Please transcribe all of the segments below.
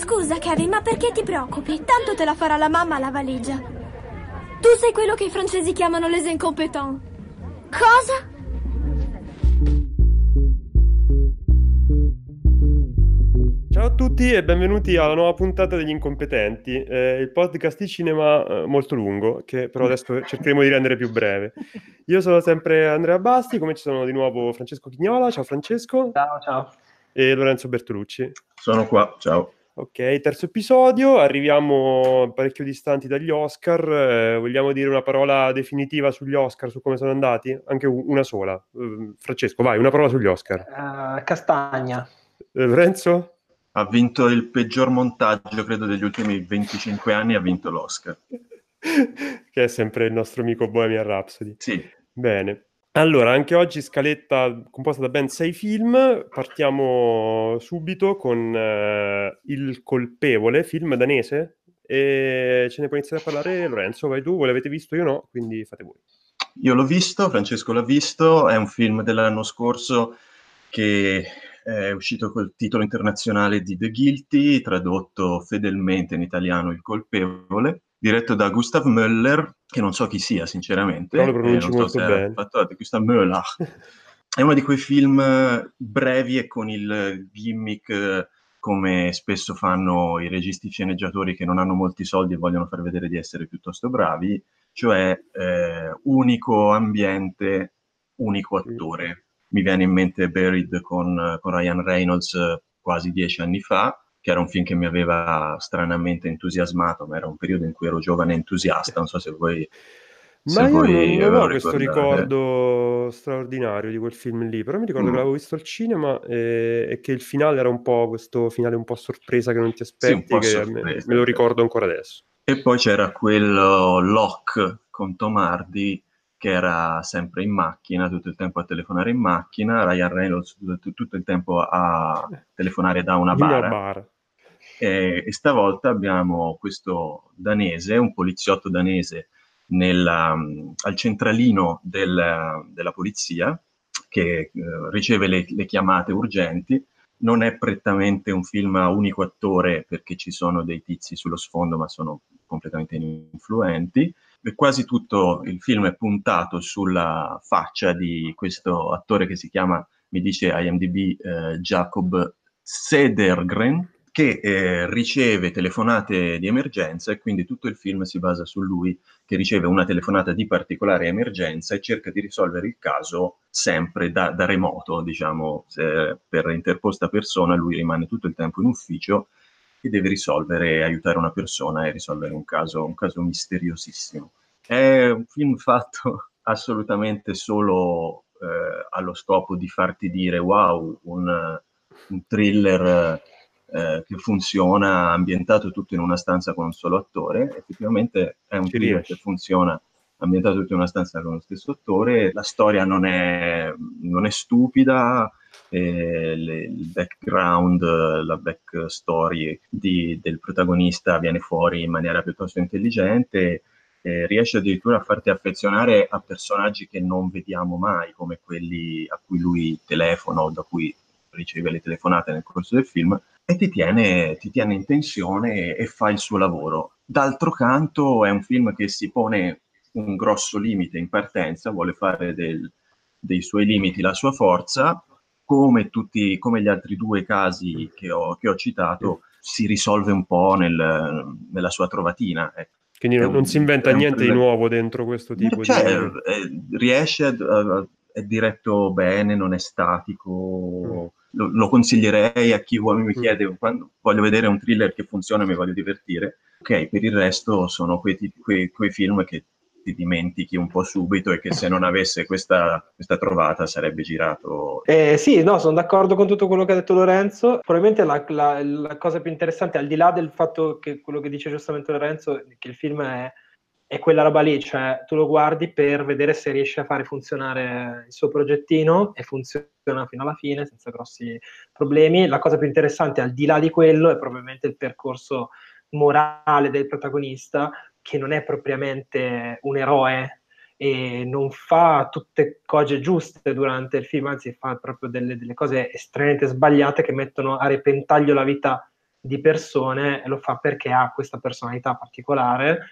Scusa, Kevin, ma perché ti preoccupi? Tanto te la farà la mamma la valigia. Tu sei quello che i francesi chiamano les incompetents. Cosa? Ciao a tutti e benvenuti alla nuova puntata degli Incompetenti, il podcast di cinema molto lungo, che però adesso cercheremo di rendere più breve. Io sono sempre Andrea Basti, come ci sono di nuovo Francesco Chignola, ciao Francesco, Ciao, ciao. e Lorenzo Bertolucci. Sono qua, ciao. Ok, terzo episodio, arriviamo parecchio distanti dagli Oscar, vogliamo dire una parola definitiva sugli Oscar, su come sono andati? Anche una sola. Francesco, vai, una parola sugli Oscar. Castagna. Lorenzo? Ha vinto il peggior montaggio, credo, degli ultimi 25 anni, ha vinto l'Oscar. Che è sempre il nostro amico Bohemian Rhapsody. Sì. Bene. Allora, anche oggi scaletta composta da ben 6 film. Partiamo subito con Il colpevole, film danese. E ce ne puoi iniziare a parlare, Lorenzo, vai tu, voi l'avete visto, io no, quindi fate voi. Io l'ho visto, Francesco l'ha visto, è un film dell'anno scorso che è uscito col titolo internazionale di The Guilty, tradotto fedelmente in italiano Il colpevole, diretto da Gustav Möller, che non so chi sia sinceramente, Però lo pronunci non so molto se bene. fatto Gustav Möller. È uno di quei film brevi e con il gimmick come spesso fanno i registi sceneggiatori che non hanno molti soldi e vogliono far vedere di essere piuttosto bravi, cioè unico ambiente, unico attore. Mi viene in mente Buried con Ryan Reynolds quasi 10 anni fa, che era un film che mi aveva stranamente entusiasmato, ma era un periodo in cui ero giovane e entusiasta, non so se voi... Ma io non ve ho lo questo ricordate. ricordo straordinario di quel film lì, però mi ricordo che l'avevo visto al cinema e che il finale era un po' questo finale un po' a sorpresa che non ti Sì, un aspetti, po' che sorpresa. me lo ricordo ancora adesso. E poi c'era quello Locke con Tom Hardy, che era sempre in macchina, tutto il tempo a telefonare in macchina, Ryan Reynolds tutto il tempo a telefonare da una In una bara. bara. E stavolta abbiamo questo danese, un poliziotto danese al centralino della polizia che riceve le chiamate urgenti. Non è prettamente un film a unico attore perché ci sono dei tizi sullo sfondo, ma sono completamente influenti. E quasi tutto il film è puntato sulla faccia di questo attore che si chiama, mi dice IMDb, Jacob Sedergren, che riceve telefonate di emergenza e quindi tutto il film si basa su lui che riceve una telefonata di particolare emergenza e cerca di risolvere il caso sempre da remoto, diciamo, per interposta persona lui rimane tutto il tempo in ufficio e deve risolvere, aiutare una persona e risolvere un caso misteriosissimo. È un film fatto assolutamente solo allo scopo di farti dire wow, un thriller che funziona ambientato tutto in una stanza con un solo attore. Effettivamente è un Ci thriller che riesci. funziona ambientato tutto in una stanza con lo stesso attore. La storia non è stupida, il background, la backstory del protagonista viene fuori in maniera piuttosto intelligente. Riesce addirittura a farti affezionare a personaggi che non vediamo mai, come quelli a cui lui telefona o da cui riceve le telefonate nel corso del film, e ti tiene in tensione e fa il suo lavoro. D'altro canto è un film che si pone un grosso limite in partenza, vuole fare dei suoi limiti la sua forza, come gli altri due casi che ho citato, si risolve un po' nella sua trovatina. Quindi non si inventa niente di nuovo dentro questo tipo cioè, di... riesce è diretto bene, non è statico. Lo consiglierei a chi mi chiede quando voglio vedere un thriller che funziona e mi voglio divertire. Ok, per il resto sono quei film che ti dimentichi un po' subito e che se non avesse questa trovata sarebbe girato. Sì, no, sono d'accordo con tutto quello che ha detto Lorenzo. Probabilmente la cosa più interessante, al di là del fatto che quello che dice giustamente Lorenzo, che il film è quella roba lì, cioè tu lo guardi per vedere se riesce a fare funzionare il suo progettino e funziona fino alla fine senza grossi problemi. La cosa più interessante, al di là di quello, è probabilmente il percorso morale del protagonista, che non è propriamente un eroe e non fa tutte cose giuste durante il film, anzi fa proprio delle cose estremamente sbagliate che mettono a repentaglio la vita di persone, e lo fa perché ha questa personalità particolare.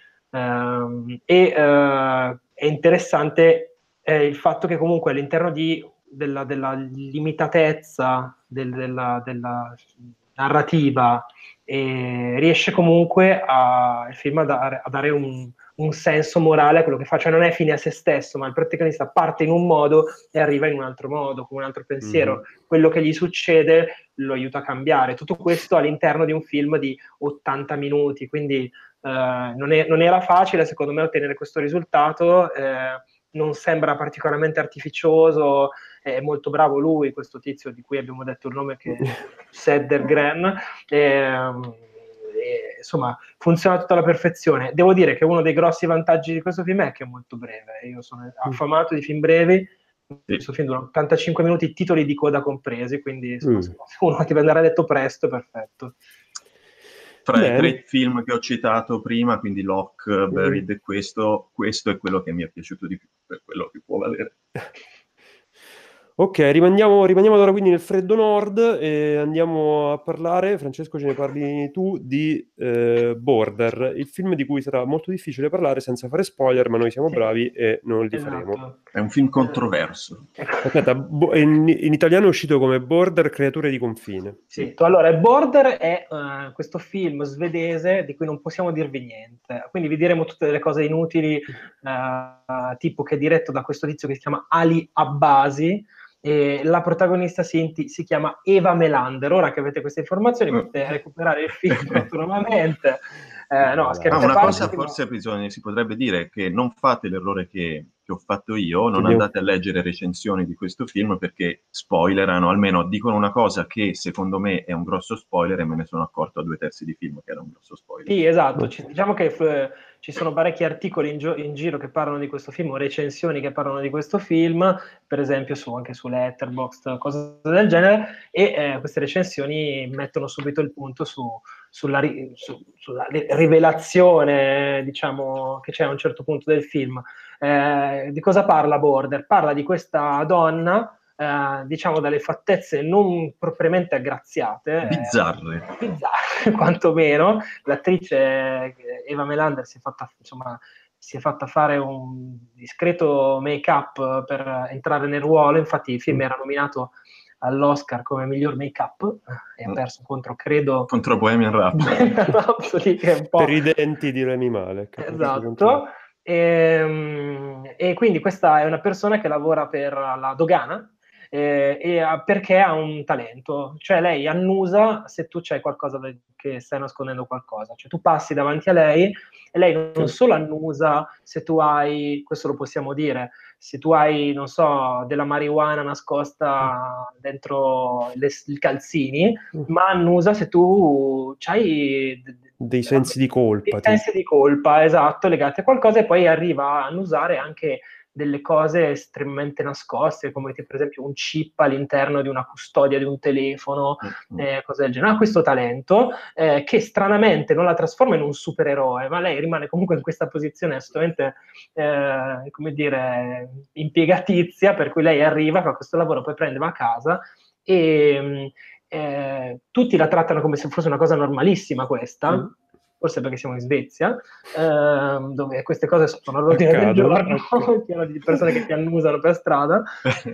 È interessante il fatto che comunque all'interno della limitatezza della narrativa riesce comunque il film a dare un senso morale a quello che fa, cioè non è fine a se stesso, ma il protagonista parte in un modo e arriva in un altro modo, con un altro pensiero. Quello che gli succede lo aiuta a cambiare. Tutto questo all'interno di un film di 80 minuti, quindi non era facile secondo me ottenere questo risultato. Non sembra particolarmente artificioso, è molto bravo lui, questo tizio di cui abbiamo detto il nome, che è Sedergren. Insomma, funziona a tutta la perfezione. Devo dire che uno dei grossi vantaggi di questo film è che è molto breve. Io sono affamato di film brevi. Questo film dura 85 minuti, titoli di coda compresi, quindi insomma, se uno che deve andare a letto presto, è perfetto. Fra i 3 film che ho citato prima, quindi Locke, Buried e questo è quello che mi è piaciuto di più, per quello che può valere. Ok, rimaniamo allora quindi nel freddo nord e andiamo a parlare, Francesco, ce ne parli tu, di Border, il film di cui sarà molto difficile parlare senza fare spoiler, ma noi siamo bravi e non li faremo. È un film controverso. Aspetta, in italiano è uscito come Border, Creature di confine. Sì, allora Border è questo film svedese di cui non possiamo dirvi niente, quindi vi diremo tutte delle cose inutili, tipo che è diretto da questo tizio che si chiama Ali Abbasi, e la protagonista si chiama Eva Melander. Ora che avete queste informazioni potete recuperare il film autonomamente. Una cosa forse si potrebbe dire che non fate l'errore che ho fatto io, non andate a leggere recensioni di questo film perché spoilerano, almeno dicono una cosa che secondo me è un grosso spoiler e me ne sono accorto a 2/3 di film che era un grosso spoiler. Sì, esatto, diciamo che ci sono parecchi articoli in giro che parlano di questo film, o recensioni che parlano di questo film, per esempio anche su Letterboxd, cose del genere, e queste recensioni mettono subito il punto sulla rivelazione, diciamo, che c'è a un certo punto del film. Di cosa parla Border? Parla di questa donna, diciamo dalle fattezze non propriamente aggraziate, bizzarre quantomeno. L'attrice Eva Melander si è fatta fare un discreto make-up per entrare nel ruolo, infatti il film era nominato all'Oscar come miglior make-up e ha perso contro Bohemian Rhapsody, che è un po'... per i denti di Rami Malek. Esatto. E quindi questa è una persona che lavora per la dogana, perché ha un talento, cioè lei annusa se tu c'hai qualcosa che stai nascondendo qualcosa, cioè tu passi davanti a lei e lei non solo annusa se tu hai, questo lo possiamo dire, se tu hai, non so, della marijuana nascosta dentro i calzini, ma annusa se tu c'hai dei sensi di colpa. Dei sensi di colpa, esatto, legati a qualcosa, e poi arriva a annusare anche delle cose estremamente nascoste, come per esempio un chip all'interno di una custodia di un telefono, cose del genere. Ha questo talento che stranamente non la trasforma in un supereroe, ma lei rimane comunque in questa posizione assolutamente, come dire, impiegatizia, per cui lei arriva, fa questo lavoro, poi prende, va a casa e tutti la trattano come se fosse una cosa normalissima questa, forse perché siamo in Svezia, dove queste cose sono all'ordine del giorno, pieno di persone che ti annusano per strada,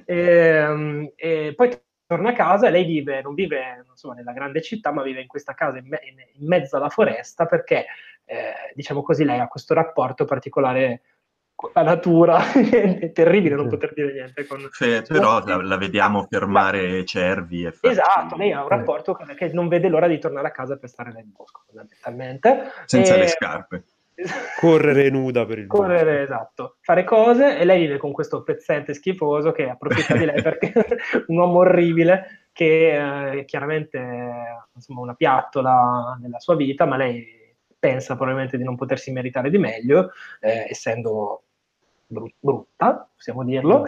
e poi torna a casa e lei non vive insomma, nella grande città, ma vive in questa casa in mezzo alla foresta, perché, diciamo così, lei ha questo rapporto particolare con la natura. È terribile non poter dire niente. Però la vediamo fermare cervi e esatto, lei ha un rapporto che non vede l'ora di tornare a casa per stare nel bosco, fondamentalmente. Senza le scarpe. Correre nuda per il bosco. Esatto, fare cose, e lei vive con questo pezzente schifoso che approfitta di lei perché è un uomo orribile che chiaramente insomma una piattola nella sua vita, ma lei pensa probabilmente di non potersi meritare di meglio, essendo brutta, possiamo dirlo,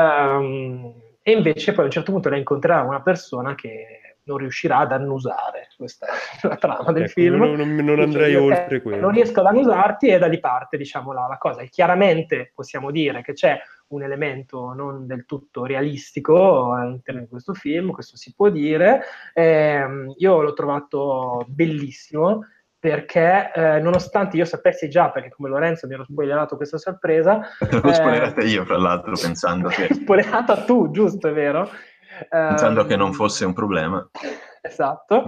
e invece poi a un certo punto lei incontrerà una persona che non riuscirà ad annusare, questa è la trama del Ecco, film. non andrei oltre quello. Non riesco ad annusarti, e da lì parte, diciamo, la cosa. E chiaramente possiamo dire che c'è un elemento non del tutto realistico all'interno di questo film, questo si può dire. Io l'ho trovato bellissimo, perché nonostante io sapessi già, perché come Lorenzo mi ero spoilerato questa sorpresa... L'ho spoilerata io, fra l'altro, pensando che... spoilerata tu, giusto, è vero? Pensando che non fosse un problema. Esatto.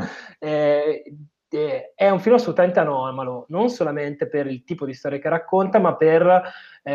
È un film assolutamente anomalo, non solamente per il tipo di storia che racconta, ma per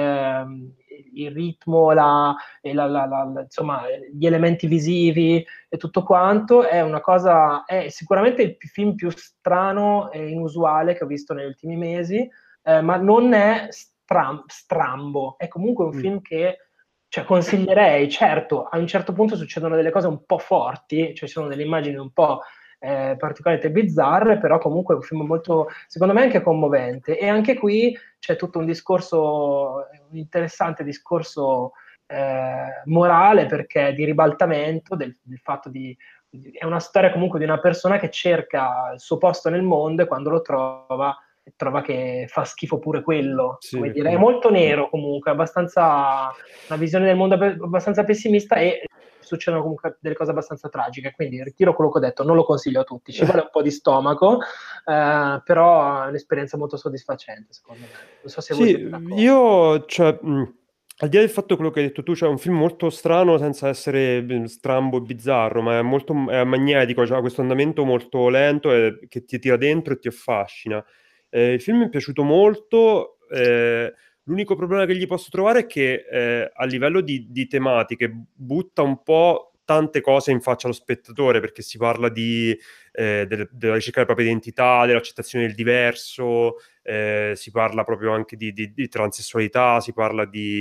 il ritmo, insomma, gli elementi visivi e tutto quanto. È sicuramente il film più strano e inusuale che ho visto negli ultimi mesi, ma non è strambo, è comunque un film che, cioè, consiglierei. Certo, a un certo punto succedono delle cose un po' forti, cioè ci sono delle immagini un po' particolarmente bizzarre, però comunque è un film molto, secondo me, anche commovente. E anche qui c'è tutto un discorso, un interessante discorso morale, perché di ribaltamento del fatto è una storia comunque di una persona che cerca il suo posto nel mondo, e quando lo trova che fa schifo pure quello. Sì, come dire, è molto nero comunque, abbastanza una visione del mondo abbastanza pessimista, e succedono comunque delle cose abbastanza tragiche, quindi ritiro quello che ho detto, non lo consiglio a tutti, ci vuole un po' di stomaco, però è un'esperienza molto soddisfacente, secondo me. Non so se voi siete d'accordo. Io, cioè, al di là del fatto quello che hai detto tu, cioè, è un film molto strano senza essere strambo e bizzarro, ma è magnetico, ha questo andamento molto lento che ti tira dentro e ti affascina. Il film mi è piaciuto molto. L'unico problema che gli posso trovare è che a livello di tematiche butta un po' tante cose in faccia allo spettatore, perché si parla della ricerca della propria identità, dell'accettazione del diverso, si parla proprio anche di transessualità, si parla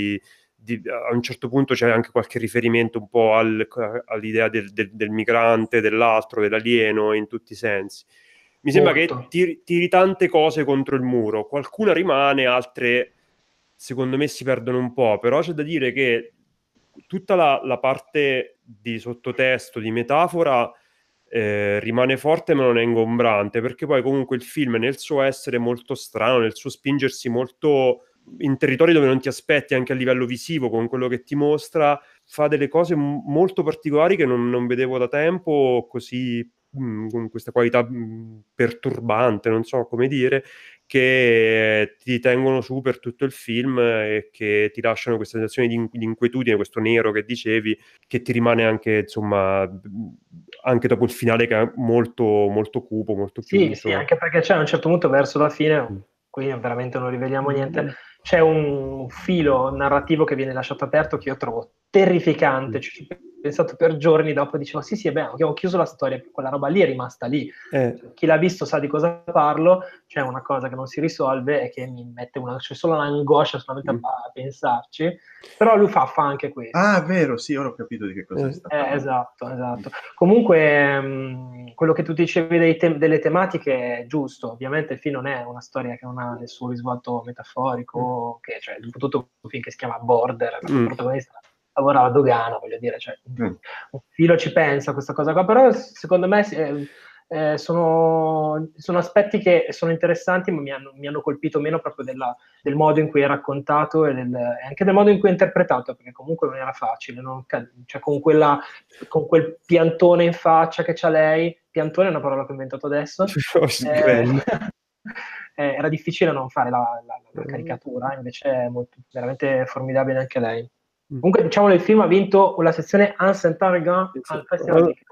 a un certo punto c'è anche qualche riferimento un po' all'idea del migrante, dell'altro, dell'alieno, in tutti i sensi. Mi sembra Molto. che tiri tante cose contro il muro, qualcuna rimane, altre secondo me si perdono un po', però c'è da dire che tutta la parte di sottotesto, di metafora, rimane forte ma non è ingombrante, perché poi comunque il film, nel suo essere molto strano, nel suo spingersi molto in territori dove non ti aspetti, anche a livello visivo, con quello che ti mostra, fa delle cose molto particolari che non vedevo da tempo, così con questa qualità perturbante, non so come dire, che ti tengono su per tutto il film e che ti lasciano questa sensazione di inquietudine, questo nero che dicevi, che ti rimane anche, insomma, anche dopo il finale, che è molto, molto cupo, molto chiuso. Sì, anche perché c'è a un certo punto verso la fine, qui veramente non riveliamo niente, c'è un filo narrativo che viene lasciato aperto che io trovo terrificante. Ci ho pensato per giorni, dopo dicevo sì, beh, abbiamo chiuso la storia, quella roba lì è rimasta lì. Chi l'ha visto sa di cosa parlo. C'è una cosa che non si risolve e che mi mette c'è solo un'angoscia solamente a pensarci, però lui fa anche questo. Ah, vero, sì, ora ho capito di che cosa sta parlando. Esatto. Comunque, quello che tu dicevi delle tematiche è giusto. Ovviamente il film non è una storia che non ha il suo risvolto metaforico, che, cioè, tutto un film che si chiama Border, il protagonista lavora alla dogana, voglio dire, cioè, un filo ci pensa a questa cosa qua, però secondo me sono aspetti che sono interessanti, ma mi hanno colpito meno proprio del modo in cui è raccontato e anche del modo in cui è interpretato, perché comunque non era facile, cioè, con quel piantone in faccia che c'ha lei. Piantone è una parola che ho inventato adesso. Era difficile non fare la caricatura, invece è veramente formidabile anche lei. Comunque, diciamo, il film ha vinto la sezione Anse-Targan al Festival di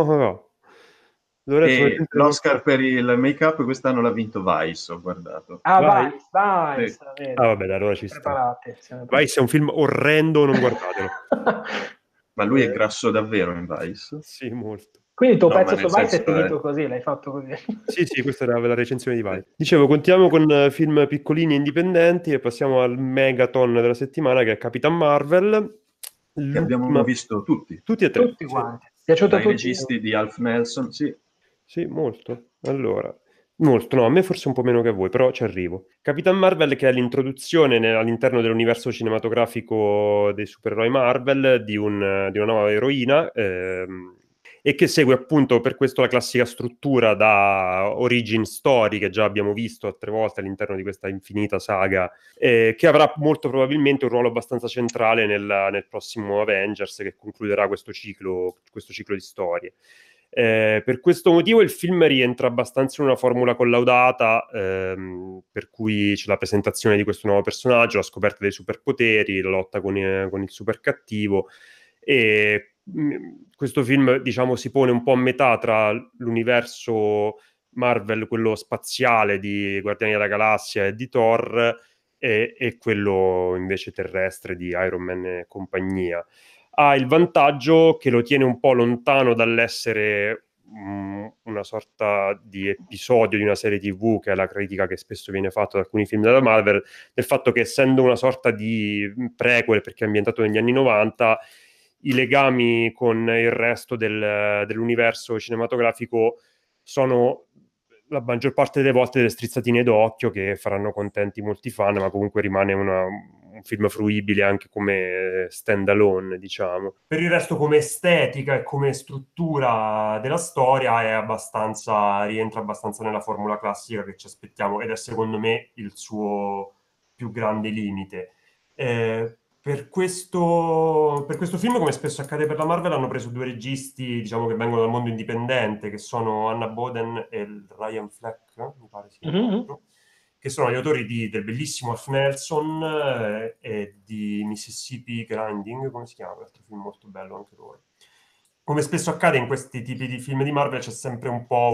E l'Oscar per il make-up quest'anno l'ha vinto Vice, ho guardato. Vice, sì. Vabbè, allora ci sta. Vice è un film orrendo, non guardatelo. Ma lui è grasso davvero in Vice? Sì, molto. Quindi il tuo pezzo su Vice è finito così, l'hai fatto così. Sì, questa era la recensione di Vice. Dicevo, continuiamo con film piccolini e indipendenti e passiamo al megaton della settimana, che è Capitan Marvel. Che abbiamo visto tutti. Tutti e tre. Tutti quanti. Piaciuto a tutti? I registi di Alf Nelson, sì. Sì, molto. Allora, molto, no, a me forse un po' meno che a voi, però ci arrivo. Capitan Marvel, che è l'introduzione all'interno dell'universo cinematografico dei supereroi Marvel di una nuova eroina, e che segue appunto per questo la classica struttura da origin story che già abbiamo visto altre volte all'interno di questa infinita saga, che avrà molto probabilmente un ruolo abbastanza centrale nel prossimo Avengers, che concluderà questo ciclo di storie. Per questo motivo il film rientra abbastanza in una formula collaudata, per cui c'è la presentazione di questo nuovo personaggio, la scoperta dei superpoteri, la lotta con il super cattivo, e questo film, diciamo, si pone un po' a metà tra l'universo Marvel, quello spaziale di Guardiani della Galassia e di Thor, e quello invece terrestre di Iron Man e compagnia. Ha il vantaggio che lo tiene un po' lontano dall'essere una sorta di episodio di una serie TV, che è la critica che spesso viene fatta da alcuni film della Marvel, del fatto che, essendo una sorta di prequel perché è ambientato negli anni 90, i legami con il resto dell'universo cinematografico sono la maggior parte delle volte delle strizzatine d'occhio che faranno contenti molti fan, ma comunque rimane un film fruibile anche come stand-alone, diciamo. Per il resto, come estetica e come struttura della storia rientra abbastanza nella formula classica che ci aspettiamo, ed è secondo me il suo più grande limite. Per questo film, come spesso accade per la Marvel, hanno preso due registi, diciamo, che vengono dal mondo indipendente, che sono Anna Boden e Ryan Fleck, mi pare sia, che sono gli autori del bellissimo Half Nelson, e di Mississippi Grinding, come si chiama? Un altro film molto bello anche loro. Come spesso accade in questi tipi di film di Marvel, c'è sempre un po'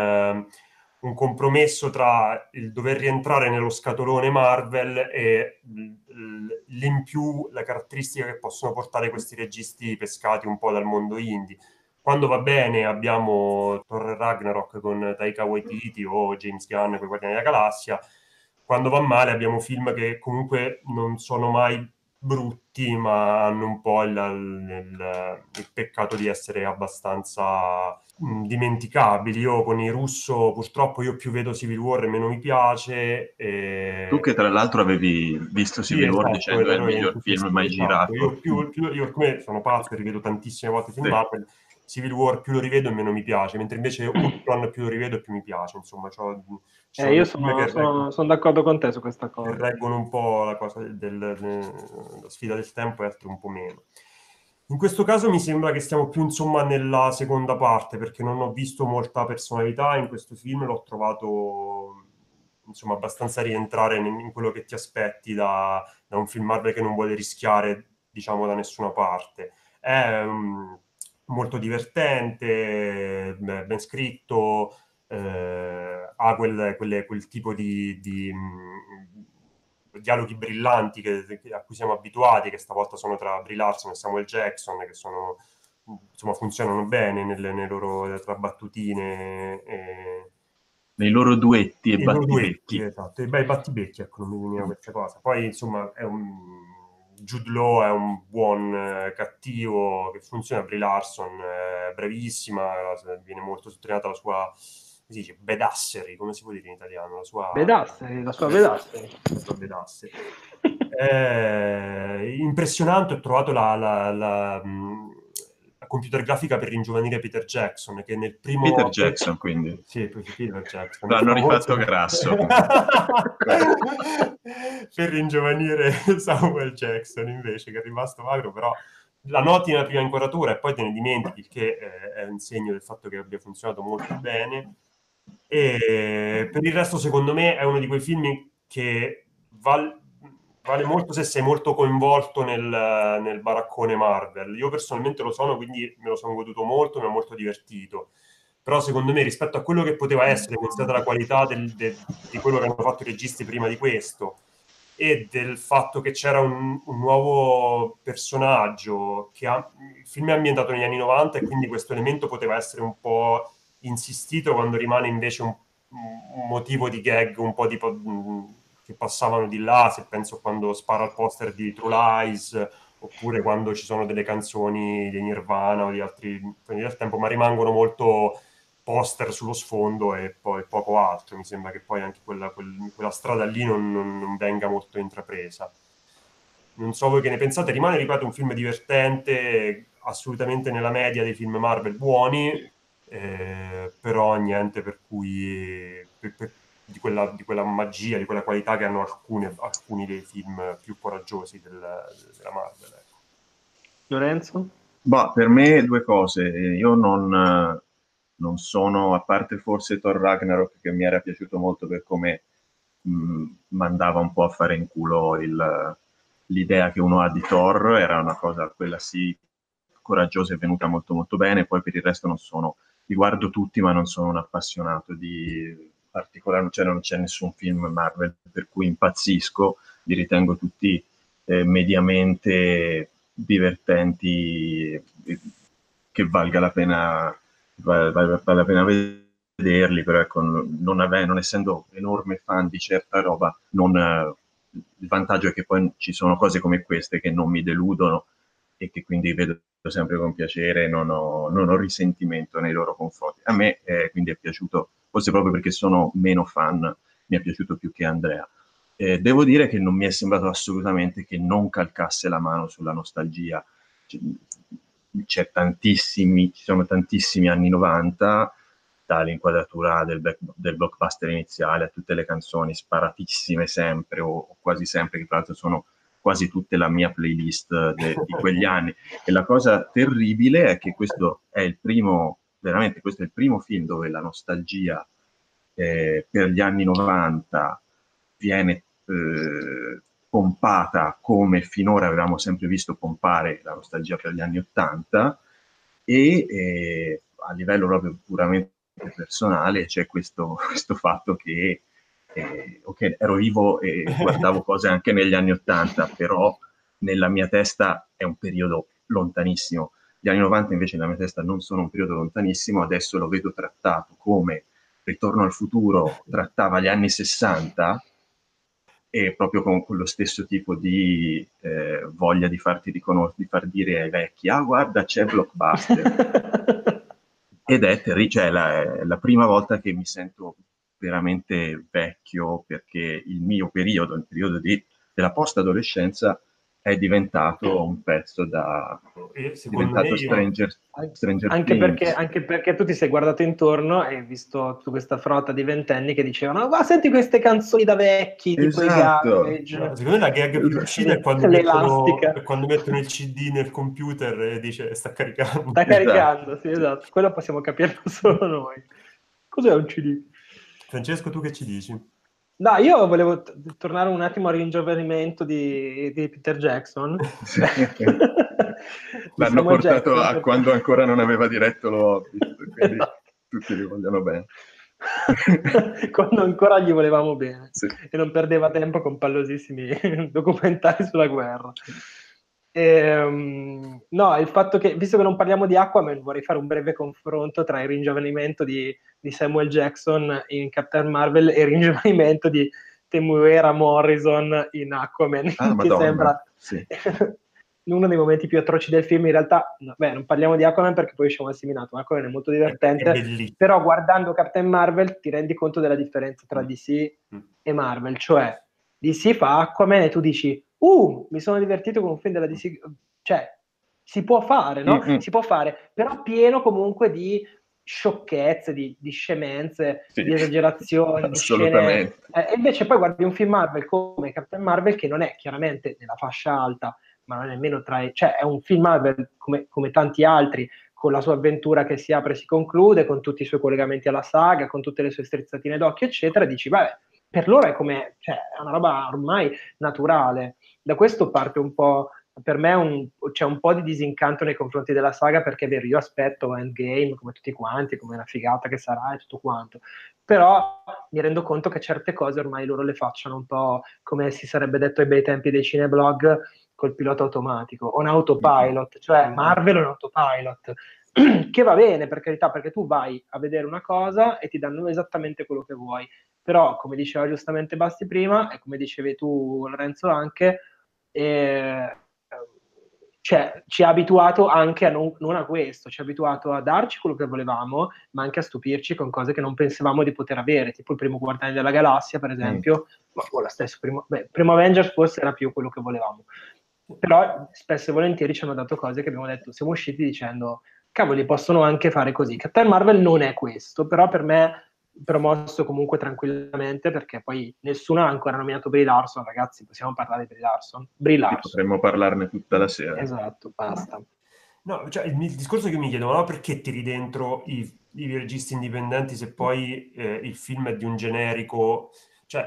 un compromesso tra il dover rientrare nello scatolone Marvel e l'in-più, la caratteristica che possono portare questi registi pescati un po' dal mondo indie. Quando va bene abbiamo Thor Ragnarok con Taika Waititi o James Gunn con i Guardiani della Galassia. Quando va male abbiamo film che comunque non sono mai brutti, ma hanno un po' il peccato di essere abbastanza dimenticabili. Io con i Russo, purtroppo, io più vedo Civil War e meno mi piace. Tu che tra l'altro avevi visto Civil War, esatto, dicendo è il miglior film mai girato. Io come sono pazzo e rivedo tantissime volte film Marvel. Civil War più lo rivedo e meno mi piace, mentre invece Ultron più lo rivedo e più mi piace. Insomma, io sono d'accordo con te su questa cosa. Che reggono un po' la cosa la sfida del tempo, e altri un po' meno. In questo caso mi sembra che stiamo più, insomma, nella seconda parte, perché non ho visto molta personalità in questo film. L'ho trovato, insomma, abbastanza rientrare in quello che ti aspetti da un film Marvel che non vuole rischiare, diciamo, da nessuna parte. È molto divertente, ben scritto, ha quel tipo di dialoghi brillanti a cui siamo abituati, che stavolta sono tra Brie Larson e Samuel Jackson, che sono, insomma, funzionano bene nelle loro tra battutine nei loro duetti e battibecchi. Esatto, i bei battibecchi, ecco, non mi veniva questa cosa. Poi, insomma, Jude Law è un buon cattivo che funziona. Brie Larson è bravissima, viene molto sottolineata la sua, come si dice, badassery, come si può dire in italiano? La sua badassery. Impressionante. Ho trovato la computer grafica per ringiovanire Peter Jackson, che nel primo... Peter Jackson, quindi. Sì, Peter Jackson. L'hanno rifatto grasso. Per ringiovanire Samuel Jackson, invece, che è rimasto magro, però la noti nella prima inquadratura e poi te ne dimentichi, che è un segno del fatto che abbia funzionato molto bene. E per il resto, secondo me, è uno di quei film che vale molto se sei molto coinvolto nel baraccone Marvel. Io personalmente lo sono, quindi me lo sono goduto molto, mi ha molto divertito. Però secondo me, rispetto a quello che poteva essere, considerata la qualità di quello che hanno fatto i registi prima di questo, e del fatto che c'era un nuovo personaggio, il film è ambientato negli anni 90 e quindi questo elemento poteva essere un po' insistito, quando rimane invece un motivo di gag un po' che passavano di là, se penso quando spara il poster di True Lies, oppure quando ci sono delle canzoni di Nirvana o di altri del tempo, ma rimangono molto poster sullo sfondo e poi poco altro. Mi sembra che poi anche quella strada lì non venga molto intrapresa. Non so voi che ne pensate, rimane, ripeto, un film divertente, assolutamente nella media dei film Marvel buoni, però niente per cui di quella magia, di quella qualità che hanno alcuni dei film più coraggiosi della Marvel. Ecco. Lorenzo? Boh, per me due cose. Io non sono, a parte forse Thor Ragnarok, che mi era piaciuto molto per come mandava un po' a fare in culo l'idea che uno ha di Thor, era una cosa, quella sì, coraggiosa e venuta molto molto bene, poi per il resto non sono, li guardo tutti ma non sono un appassionato di particolare, cioè non c'è nessun film Marvel per cui impazzisco, li ritengo tutti mediamente divertenti, che valga la pena, vale la pena vederli, però ecco, non essendo enorme fan di certa roba, il vantaggio è che poi ci sono cose come queste che non mi deludono e che quindi vedo sempre con piacere, non ho risentimento nei loro confronti. A me quindi è piaciuto, forse proprio perché sono meno fan, mi è piaciuto più che Andrea. Devo dire che non mi è sembrato assolutamente che non calcasse la mano sulla nostalgia. Ci sono tantissimi anni 90, dall'inquadratura del blockbuster iniziale a tutte le canzoni sparatissime sempre o quasi sempre, che tra l'altro sono quasi tutte la mia playlist di quegli anni. E la cosa terribile è che questo è il primo film dove la nostalgia per gli anni 90 viene pompata come finora avevamo sempre visto pompare la nostalgia per gli anni 80 e a livello proprio puramente personale c'è questo fatto che ok, ero vivo e guardavo cose anche negli anni 80, però nella mia testa è un periodo lontanissimo. Gli anni 90 invece nella mia testa non sono un periodo lontanissimo, adesso lo vedo trattato come Ritorno al futuro trattava gli anni 60 e proprio con quello stesso tipo di voglia di farti riconoscere, di far dire ai vecchi, ah guarda c'è Blockbuster. Ed è terribile, cioè la prima volta che mi sento veramente vecchio perché il mio periodo, il periodo della post-adolescenza è diventato un pezzo è diventato Stranger anche perché tu ti sei guardato intorno e hai visto tutta questa frotta di ventenni che dicevano ma senti queste canzoni da vecchi, tipo i Garbage. Secondo me la gag più uscita è quando mettono il CD nel computer e dice sta caricando. Sta caricando, sì, esatto. Quello possiamo capirlo solo noi. Cos'è un CD? Francesco, tu che ci dici? No, io volevo tornare un attimo al ringiovanimento di Peter Jackson. L'hanno portato a quando ancora non aveva diretto lo Hobbit, quindi esatto. Tutti gli vogliono bene. Quando ancora gli volevamo bene. Sì. E non perdeva tempo con pallosissimi documentari sulla guerra. No, il fatto che, visto che non parliamo di Aquaman, vorrei fare un breve confronto tra il ringiovanimento di Samuel Jackson in Captain Marvel e il ringiovanimento di Temuera Morrison in Aquaman, che sembra uno dei momenti più atroci del film. In realtà, non parliamo di Aquaman perché poi usciamo al seminato. Aquaman è molto divertente, però guardando Captain Marvel ti rendi conto della differenza tra DC e Marvel, cioè DC fa Aquaman e tu dici mi sono divertito con un film della DC, cioè si può fare, no? Si può fare, però pieno comunque di sciocchezze, di scemenze, di esagerazioni, di scene. E invece poi guardi un film Marvel come Captain Marvel, che non è chiaramente nella fascia alta, ma non è nemmeno cioè è un film Marvel come tanti altri, con la sua avventura che si apre e si conclude, con tutti i suoi collegamenti alla saga, con tutte le sue strizzatine d'occhio, eccetera, e dici, vabbè, per loro è una roba ormai naturale. Da questo parte un po', per me c'è un po' di disincanto nei confronti della saga, perché è vero, io aspetto Endgame come tutti quanti, come una figata che sarà e tutto quanto, però mi rendo conto che certe cose ormai loro le facciano un po' come si sarebbe detto ai bei tempi dei cineblog, col pilota automatico, on autopilot, cioè Marvel on autopilot, che va bene per carità, perché tu vai a vedere una cosa e ti danno esattamente quello che vuoi, però come diceva giustamente Basti prima, e come dicevi tu Lorenzo anche, ci ha abituato anche a non a questo, ci ha abituato a darci quello che volevamo, ma anche a stupirci con cose che non pensavamo di poter avere, tipo il primo Guardiani della Galassia, per esempio, ma lo stesso primo Avengers forse era più quello che volevamo. Però spesso e volentieri ci hanno dato cose che abbiamo detto, siamo usciti dicendo, cavoli, possono anche fare così. Captain Marvel non è questo, però per me promosso comunque tranquillamente, perché poi nessuno ha ancora nominato Brie Larson, ragazzi, possiamo parlare di Brie Larson? Brie Sì, Larson, potremmo parlarne tutta la sera. esatto, basta. No, cioè il discorso che mi chiedo, ma perché tiri dentro i registi indipendenti se poi il film è di un generico, cioè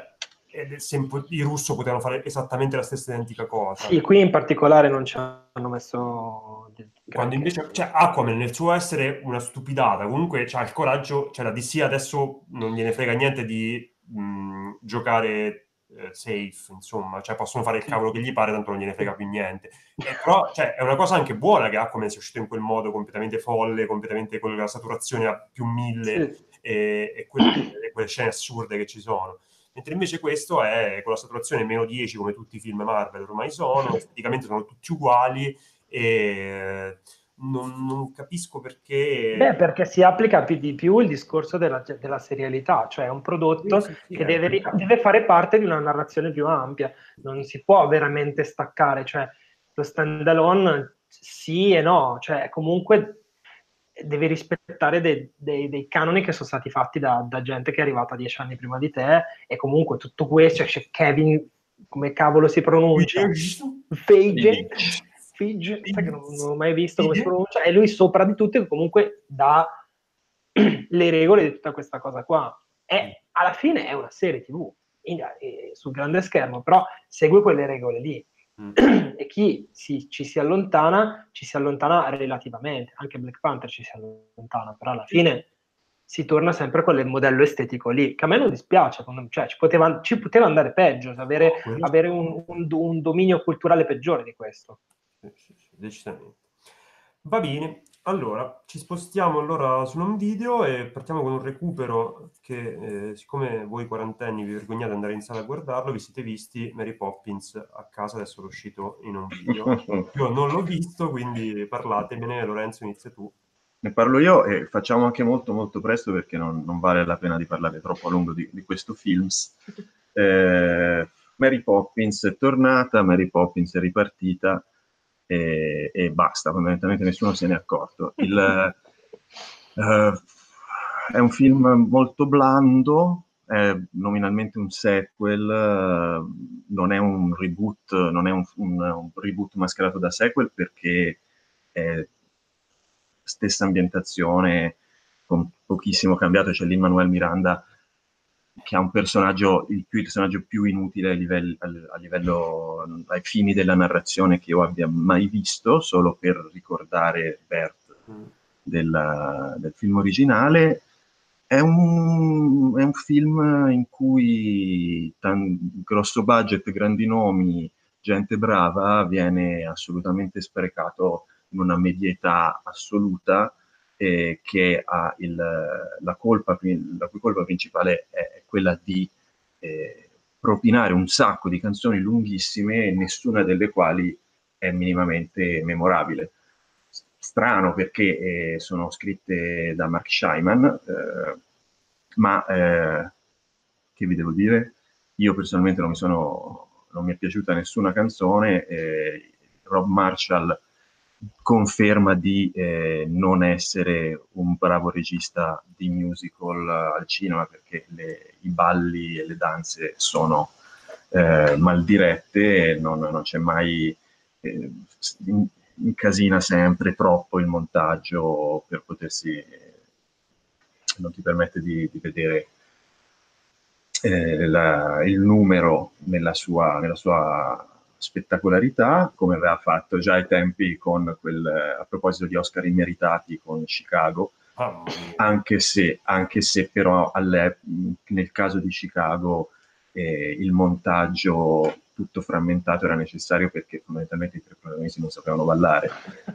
i russo potevano fare esattamente la stessa identica cosa. Sì, qui in particolare non ci hanno messo Quando granché. invece, cioè, Aquaman nel suo essere una stupidata, comunque c'ha il coraggio, cioè la DC adesso non gliene frega niente di giocare safe, insomma, cioè possono fare il cavolo che gli pare, tanto non gliene frega più niente. Però cioè, è una cosa anche buona che Aquaman sia uscito in quel modo completamente folle, completamente con la saturazione a più 1000 Sì. e quelle scene assurde che ci sono. Mentre invece questo è con la saturazione meno 10 come tutti i film Marvel ormai sono, esteticamente sono tutti uguali e non capisco perché. Beh, perché si applica di più il discorso della serialità, cioè è un prodotto che deve fare parte di una narrazione più ampia, non si può veramente staccare, cioè lo standalone sì e no, cioè comunque devi rispettare dei canoni che sono stati fatti da gente che è arrivata 10 anni prima di te, e comunque tutto questo, cioè c'è Kevin, come cavolo si pronuncia? Feige, sai che non ho mai visto come si pronuncia, e lui sopra di tutto che comunque dà le regole di tutta questa cosa qua. Alla fine è una serie TV sul grande schermo, però segue quelle regole lì. E chi ci si allontana relativamente, anche Black Panther ci si allontana, però alla fine si torna sempre a quel modello estetico lì, che a me non dispiace, cioè ci poteva andare peggio, avere un dominio culturale peggiore di questo. Sì, decisamente. Va bene, allora ci spostiamo allora su un video e partiamo con un recupero che siccome voi quarantenni vi vergognate di andare in sala a guardarlo, vi siete visti Mary Poppins a casa, adesso è uscito in un video. Io non l'ho visto, quindi parlatemene. Lorenzo, inizia tu. Ne parlo io e facciamo anche molto molto presto perché non vale la pena di parlare troppo a lungo di questo film. Mary Poppins è tornata, Mary Poppins è ripartita e basta, fondamentalmente nessuno se ne è accorto. È un film molto blando, è nominalmente un sequel, non è un reboot, non è un reboot mascherato da sequel perché è stessa ambientazione con pochissimo cambiato. C'è Lin-Manuel Miranda che ha un personaggio, il personaggio più inutile a livello ai fini della narrazione che io abbia mai visto, solo per ricordare Bert del film originale. È un film in cui grosso budget, grandi nomi, gente brava viene assolutamente sprecato in una medietà assoluta, che ha la cui colpa principale è quella di propinare un sacco di canzoni lunghissime, nessuna delle quali è minimamente memorabile. Strano perché sono scritte da Mark Scheiman, ma che vi devo dire? Io personalmente non mi è piaciuta nessuna canzone. Rob Marshall conferma di non essere un bravo regista di musical al cinema perché i balli e le danze sono mal dirette, non c'è mai, incasina sempre troppo il montaggio per potersi, non ti permette di vedere il numero nella sua spettacolarità, come aveva fatto già ai tempi con a proposito di Oscar immeritati con Chicago, anche se però nel caso di Chicago il montaggio tutto frammentato era necessario perché fondamentalmente i tre protagonisti non sapevano ballare.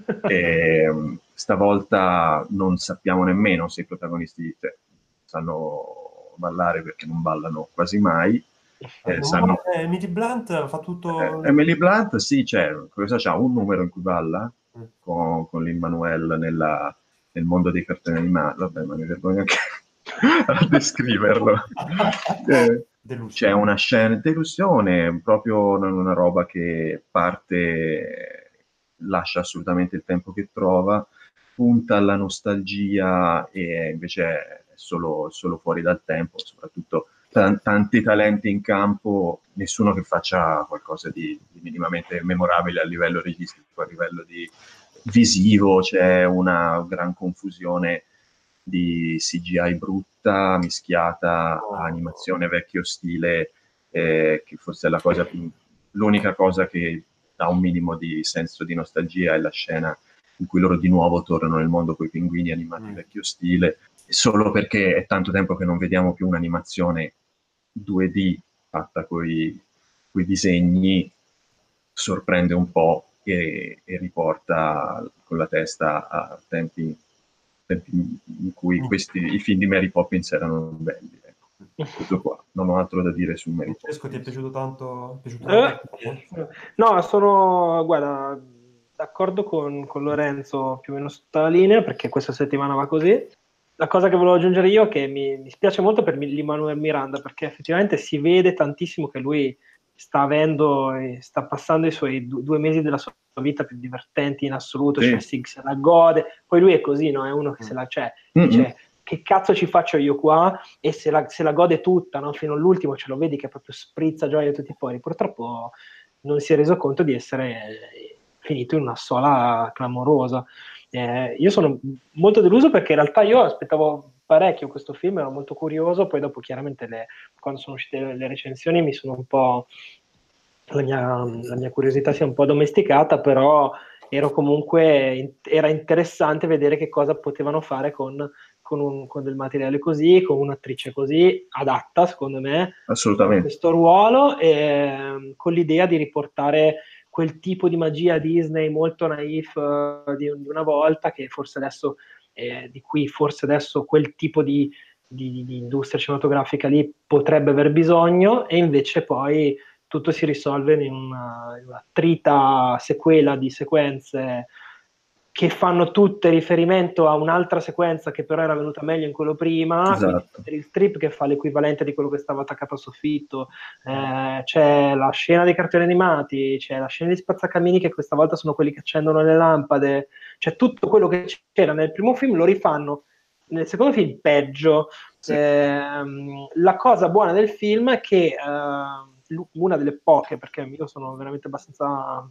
Stavolta non sappiamo nemmeno se i protagonisti sanno ballare perché non ballano quasi mai. Emily Blunt fa tutto. Emily Blunt, sì, c'ha un numero in cui balla con Lin-Manuel nel mondo dei cartoni animati. Vabbè, ma mi vergogno anche a descriverlo. c'è una scena di delusione, proprio una roba che parte, lascia assolutamente il tempo che trova, punta alla nostalgia e invece è solo fuori dal tempo, soprattutto tanti talenti in campo, nessuno che faccia qualcosa di minimamente memorabile a livello registico, a livello di visivo, c'è una gran confusione di CGI brutta mischiata a animazione vecchio stile, che forse è l'unica cosa che dà un minimo di senso di nostalgia, è la scena in cui loro di nuovo tornano nel mondo con i pinguini animati vecchio stile, solo perché è tanto tempo che non vediamo più un'animazione 2D fatta con i disegni, sorprende un po' e riporta con la testa a tempi in cui i film di Mary Poppins erano belli. Ecco. Tutto qua, non ho altro da dire su Mary Poppins. Francesco, ti è piaciuto tanto? No, guarda, d'accordo con Lorenzo più o meno su tutta la linea, perché questa settimana va così. La cosa che volevo aggiungere io è che mi spiace molto per Lin-Manuel Miranda, perché effettivamente si vede tantissimo che lui sta passando i suoi 2 mesi della sua vita più divertenti in assoluto, Sì. cioè Sig se la gode, poi lui è così, no? È uno che se la dice che cazzo ci faccio io qua, e se la gode tutta, no? Fino all'ultimo, ce lo vedi che proprio sprizza gioia da tutti i pori. Purtroppo non si è reso conto di essere finito in una sola clamorosa. Io sono molto deluso, perché in realtà io aspettavo parecchio questo film, ero molto curioso, poi dopo chiaramente quando sono uscite le recensioni mi sono un po', la mia curiosità si è un po' addomesticata, però era interessante vedere che cosa potevano fare con del materiale così, con un'attrice così adatta, secondo me, assolutamente, a questo ruolo, e con l'idea di riportare quel tipo di magia Disney molto naif di una volta, che forse adesso di cui forse adesso quel tipo di industria cinematografica lì potrebbe aver bisogno, e invece poi tutto si risolve in una trita sequela di sequenze che fanno tutte riferimento a un'altra sequenza che però era venuta meglio in quello prima, esatto. Quindi il strip che fa l'equivalente di quello che stava attaccato al soffitto, c'è la scena dei cartoni animati, c'è la scena di spazzacamini che questa volta sono quelli che accendono le lampade, c'è tutto quello che c'era nel primo film lo rifanno nel secondo film peggio. Sì. La cosa buona del film è che una delle poche, perché io sono veramente abbastanza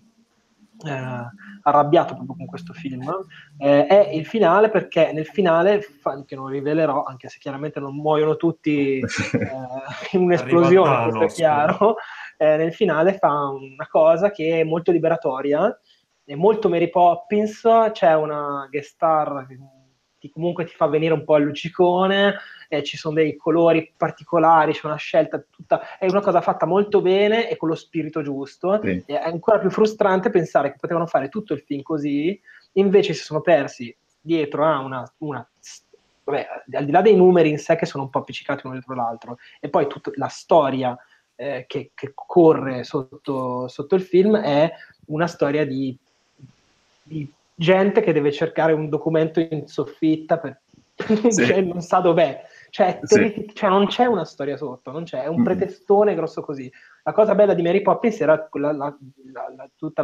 arrabbiato proprio con questo film, è il finale, perché nel finale, che non rivelerò, anche se chiaramente non muoiono tutti in un'esplosione, questo è chiaro, nel finale fa una cosa che è molto liberatoria, è molto Mary Poppins, c'è una guest star che comunque ti fa venire un po' al luccicone, ci sono dei colori particolari, c'è una scelta tutta, è una cosa fatta molto bene e con lo spirito giusto. Sì. È ancora più frustrante pensare che potevano fare tutto il film così, invece si sono persi dietro a vabbè, al di là dei numeri in sé che sono un po' appiccicati uno dietro l'altro, e poi tutta la storia che corre sotto il film è una storia di gente che deve cercare un documento in soffitta Sì. cioè, non sa dov'è, cioè, cioè non c'è una storia sotto, non c'è, è un pretestone grosso così. La cosa bella di Mary Poppins era tutta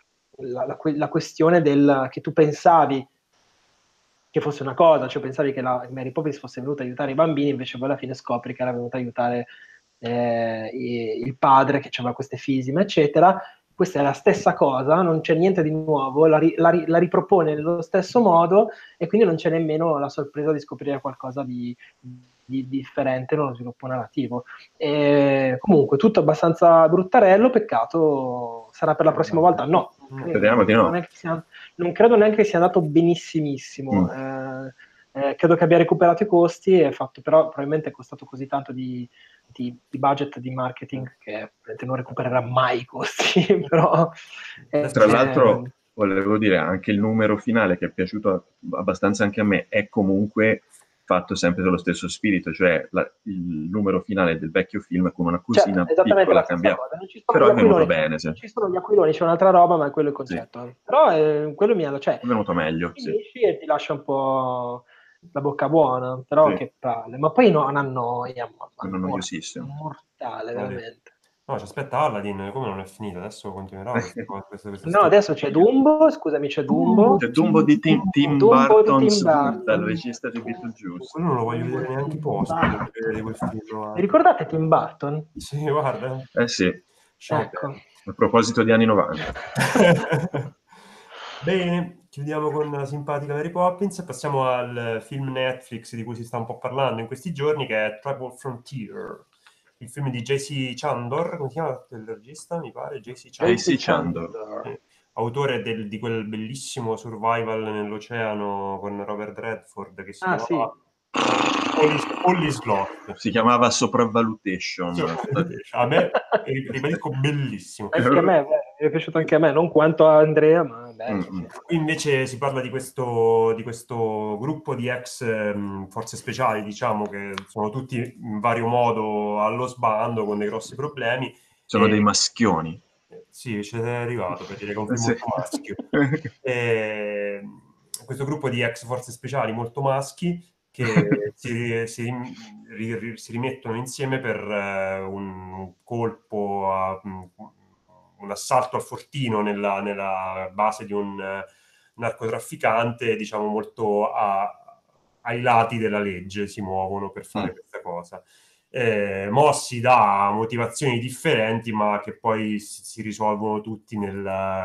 la questione che tu pensavi che fosse una cosa, cioè pensavi che Mary Poppins fosse venuta a aiutare i bambini, invece poi alla fine scopri che era venuta a aiutare il padre che aveva queste fisime, eccetera. Questa è la stessa cosa, non c'è niente di nuovo, la ripropone nello stesso modo, e quindi non c'è nemmeno la sorpresa di scoprire qualcosa di differente nello sviluppo narrativo. Comunque tutto abbastanza bruttarello, peccato, sarà per la prossima volta? No, Speriamo di no. Non credo neanche che sia andato benissimissimo. Credo che abbia recuperato i costi, però probabilmente è costato così tanto di budget di marketing che non recupererà mai i costi. Però, tra l'altro volevo dire anche il numero finale, che è piaciuto abbastanza anche a me, è comunque fatto sempre dello stesso spirito, cioè il numero finale del vecchio film con una cosina piccola cambiata, però è venuto bene. Non ci sono gli aquiloni, c'è un'altra roba, ma è quello il concetto. Sì. Però quello è venuto meglio. Sì. E ti lascia un po'... la bocca buona, però Sì. che palle. Ma poi non annoia, Sono noiosissimo. mortale, veramente. No, ci aspetta Aladdin, come non è finita? Adesso continuerà questa No, storia. adesso c'è Dumbo, scusami, c'è Dumbo. C'è Dumbo di Tim Dumbo di Burton, Tim Burton. dal regista di Beetlejuice. Quello non lo voglio vedere neanche i post per vedere quel film. Vi Guarda. ricordate Tim Burton? Sì, guarda. Sì, Ecco. a proposito di anni 90. Bene, chiudiamo con la simpatica Mary Poppins e passiamo al film Netflix di cui si sta un po' parlando in questi giorni, che è Tribal Frontier, il film di J.C. Chandor, come si chiama il regista? Mi pare J.C. Chandor. J.C. Chandor. Autore di quel bellissimo survival nell'oceano con Robert Redford che si chiamava Polly's Lost. Si chiamava Sopravvalutation. A me, ribadisco, bellissimo. Anche a me, mi è piaciuto anche a me, non quanto a Andrea, ma bello. Qui invece si parla di questo gruppo di ex forze speciali, diciamo, che sono tutti in vario modo allo sbando con dei grossi problemi. Sono dei maschioni. Sì, ci sei arrivato per dire che è un film molto maschio. Questo gruppo di ex forze speciali molto maschi che si rimettono insieme per un colpo, un assalto al fortino nella base di un narcotrafficante, diciamo molto ai lati della legge si muovono per fare questa cosa. Mossi da motivazioni differenti, ma che poi si risolvono tutti nei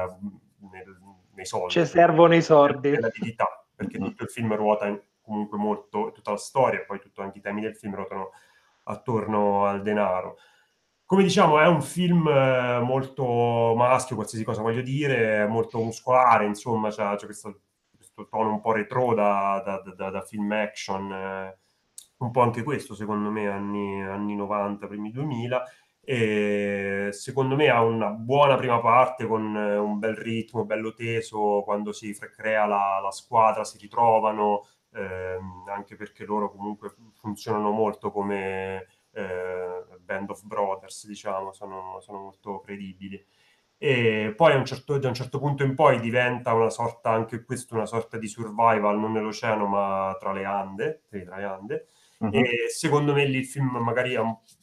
soldi. Ci servono i soldi. Nell'avidità, perché tutto il film ruota comunque molto, tutta la storia e poi anche i temi del film ruotano attorno al denaro. Come diciamo, è un film molto maschio, qualsiasi cosa voglio dire, molto muscolare, insomma, c'è questo tono un po' retro da film action, un po' anche questo, secondo me, anni 90, primi 2000, e secondo me ha una buona prima parte con un bel ritmo, bello teso, quando si crea la squadra, si ritrovano, anche perché loro comunque funzionano molto come Band of Brothers, diciamo, sono molto credibili. E poi da un certo punto in poi diventa anche questo una sorta di survival, non nell'oceano ma tra le Ande. E secondo me lì il film magari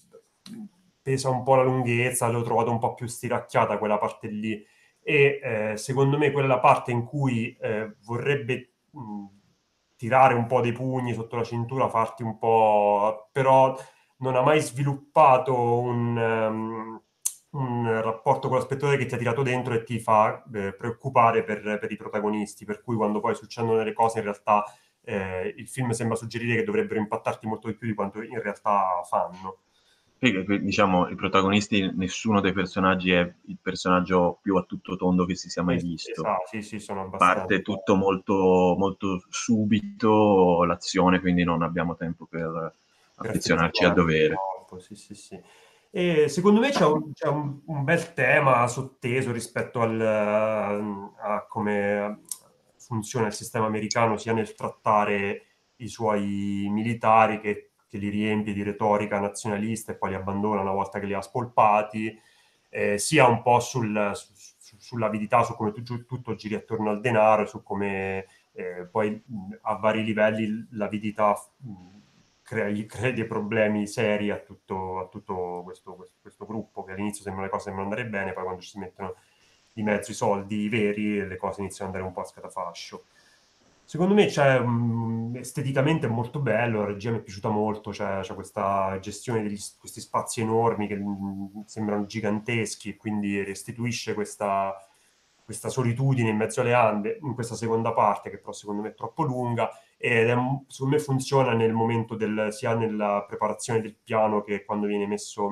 pesa un po' la lunghezza, l'ho trovato un po' più stiracchiata quella parte lì, e secondo me quella è la parte in cui vorrebbe tirare un po' dei pugni sotto la cintura, farti un po', però non ha mai sviluppato un rapporto con lo spettatore che ti ha tirato dentro e ti fa preoccupare per i protagonisti, per cui quando poi succedono delle cose in realtà il film sembra suggerire che dovrebbero impattarti molto di più di quanto in realtà fanno. Diciamo, i protagonisti, nessuno dei personaggi è il personaggio più a tutto tondo che si sia mai visto. Esatto, sì, sono abbastanza. Parte tutto molto, molto subito l'azione, quindi non abbiamo tempo per affezionarci a dovere. Sì. E secondo me c'è un bel tema sotteso rispetto a come funziona il sistema americano, sia nel trattare i suoi militari che li riempie di retorica nazionalista e poi li abbandona una volta che li ha spolpati, sia un po' sull'avidità, su come tutto giri attorno al denaro, su come poi a vari livelli l'avidità crea dei problemi seri a tutto questo gruppo, che all'inizio le cose sembrano andare bene, poi quando ci si mettono di mezzo i soldi veri le cose iniziano ad andare un po' a scatafascio. Secondo me esteticamente è molto bello, la regia mi è piaciuta molto, c'è questa gestione di questi spazi enormi che sembrano giganteschi e quindi restituisce questa solitudine in mezzo alle Ande in questa seconda parte, che però secondo me è troppo lunga, ed secondo me funziona nel momento sia nella preparazione del piano che quando viene messo